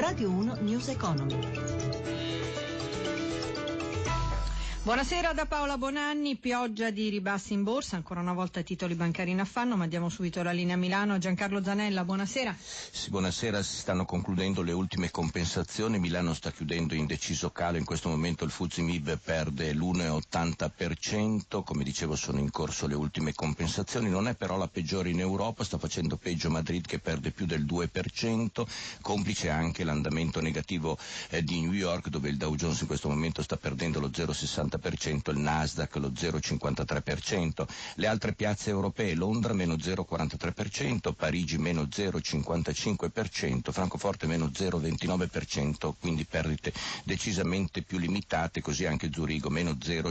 Radio 1 News Economy. Buonasera da Paola Bonanni. Pioggia di ribassi in borsa, ancora una volta titoli bancari in affanno, ma diamo subito la linea a Milano. Giancarlo Zanella, buonasera. Sì, buonasera, si stanno concludendo le ultime compensazioni. Milano sta chiudendo in deciso calo, in questo momento il FTSE MIB perde l'1,80%, come dicevo sono in corso le ultime compensazioni, non è però la peggiore in Europa, sta facendo peggio Madrid che perde più del 2%, complice anche l'andamento negativo di New York, dove il Dow Jones in questo momento sta perdendo lo 0,60%, il Nasdaq lo 0,53%, le altre piazze europee, Londra meno 0,43%, Parigi meno 0,55%, Francoforte meno 0,29%, quindi perdite decisamente più limitate, così anche Zurigo meno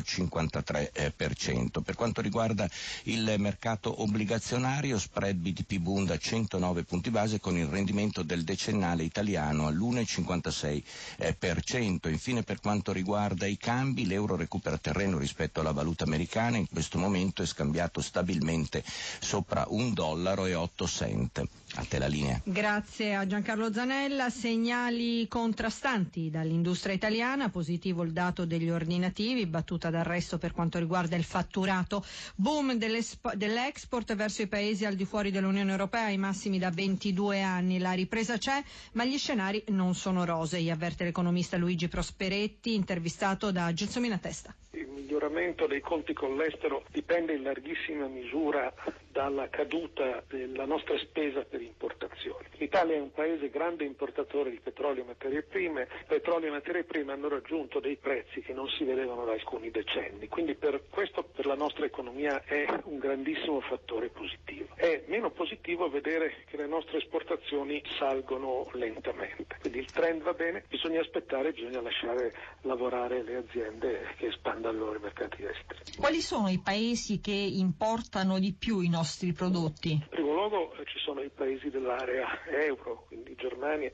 0,53%. Per quanto riguarda il mercato obbligazionario, spread BTP Bund a 109 punti base con il rendimento del decennale italiano all'1,56%. Infine, per quanto riguarda i cambi, l'euro recupera terreno rispetto alla valuta americana, in questo momento è scambiato stabilmente sopra $1,08. A te la linea. Grazie a Giancarlo Zanella. Segnali contrastanti dall'industria italiana, positivo il dato degli ordinativi, battuta d'arresto per quanto riguarda il fatturato, boom dell'export verso i paesi al di fuori dell'Unione Europea ai massimi da 22 anni, la ripresa c'è ma gli scenari non sono rosei, avverte l'economista Luigi Prosperetti, intervistato da Gelsomina Testa. Il miglioramento dei conti con l'estero dipende in larghissima misura dalla caduta della nostra spesa per importazioni. L'Italia è un paese grande importatore di petrolio e materie prime. Petrolio e materie prime hanno raggiunto dei prezzi che non si vedevano da alcuni decenni, quindi per questo per la nostra economia è un grandissimo fattore positivo. È meno positivo vedere che le nostre esportazioni salgono lentamente, quindi il trend va bene, bisogna aspettare, bisogna lasciare lavorare le aziende che espandano i loro mercati esteri. Quali sono i paesi che importano di più i nostri prodotti? In primo luogo ci sono i paesi dell'area euro, quindi Germania,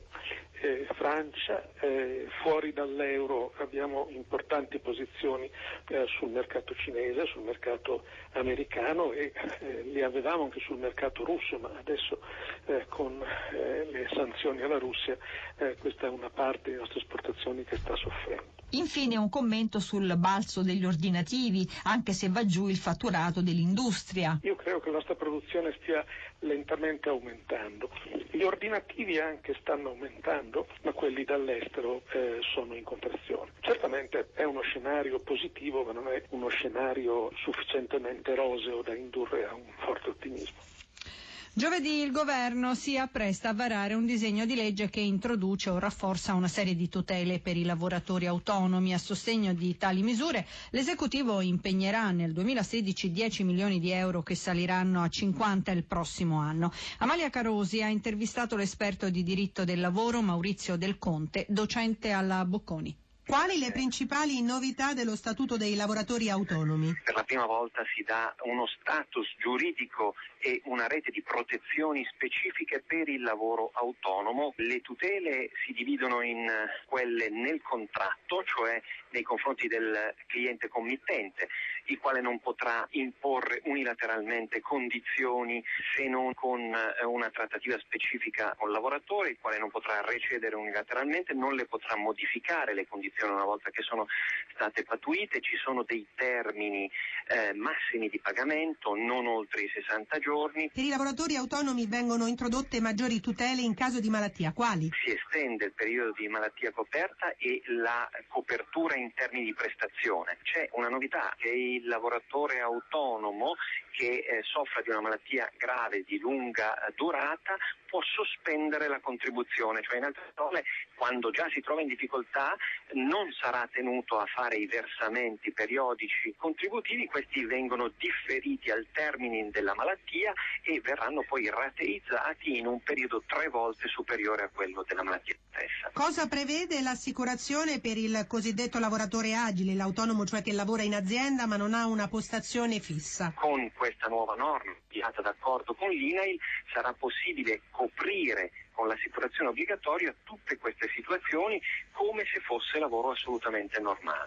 Francia, fuori dall'euro abbiamo importanti posizioni sul mercato cinese, sul mercato americano e li avevamo anche sul mercato russo, ma adesso con le sanzioni alla Russia questa è una parte delle nostre esportazioni che sta soffrendo. Infine un commento sul balzo degli ordinativi, anche se va giù il fatturato dell'industria. Io credo che la nostra produzione stia lentamente aumentando. Gli ordinativi anche stanno aumentando, ma quelli dall'estero sono in contrazione. Certamente è uno scenario positivo, ma non è uno scenario sufficientemente roseo da indurre a un forte ottimismo. Giovedì il governo si appresta a varare un disegno di legge che introduce o rafforza una serie di tutele per i lavoratori autonomi. A sostegno di tali misure l'esecutivo impegnerà nel 2016 10 milioni di euro che saliranno a 50 il prossimo anno. Amalia Carosi ha intervistato l'esperto di diritto del lavoro Maurizio Del Conte, docente alla Bocconi. Quali le principali novità dello Statuto dei lavoratori autonomi? Per la prima volta si dà uno status giuridico e una rete di protezioni specifiche per il lavoro autonomo. Le tutele si dividono in quelle nel contratto, cioè nei confronti del cliente committente, il quale non potrà imporre unilateralmente condizioni se non con una trattativa specifica con il lavoratore, il quale non potrà recedere unilateralmente, non le potrà modificare le condizioni una volta che sono state pattuite. Ci sono dei termini massimi di pagamento, non oltre i 60 giorni. Per i lavoratori autonomi vengono introdotte maggiori tutele in caso di malattia. Quali? Si estende il periodo di malattia coperta e la copertura in termini di prestazione. C'è una novità, che il lavoratore autonomo che soffra di una malattia grave di lunga durata può sospendere la contribuzione, cioè in altre parole quando già si trova in difficoltà non sarà tenuto a fare i versamenti periodici contributivi, questi vengono differiti al termine della malattia e verranno poi rateizzati in un periodo 3 volte superiore a quello della malattia stessa. Cosa prevede l'assicurazione per il cosiddetto lavoratore agile, l'autonomo cioè che lavora in azienda ma non ha una postazione fissa? Con questa nuova norma, avviata d'accordo con l'INAIL, sarà possibile coprire con l'assicurazione obbligatoria tutte queste situazioni come se fosse lavoro assolutamente normale.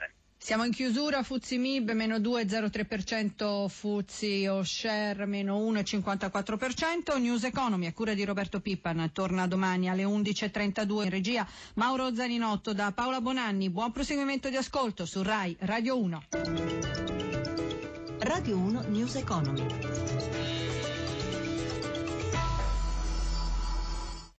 Siamo in chiusura, FTSE MIB meno 2,03%, FTSE All Share meno 1,54%, News Economy a cura di Roberto Pippan torna domani alle 11.32 in regia Mauro Zaninotto da Paola Bonanni. Buon proseguimento di ascolto su Rai Radio 1. Radio 1 News Economy.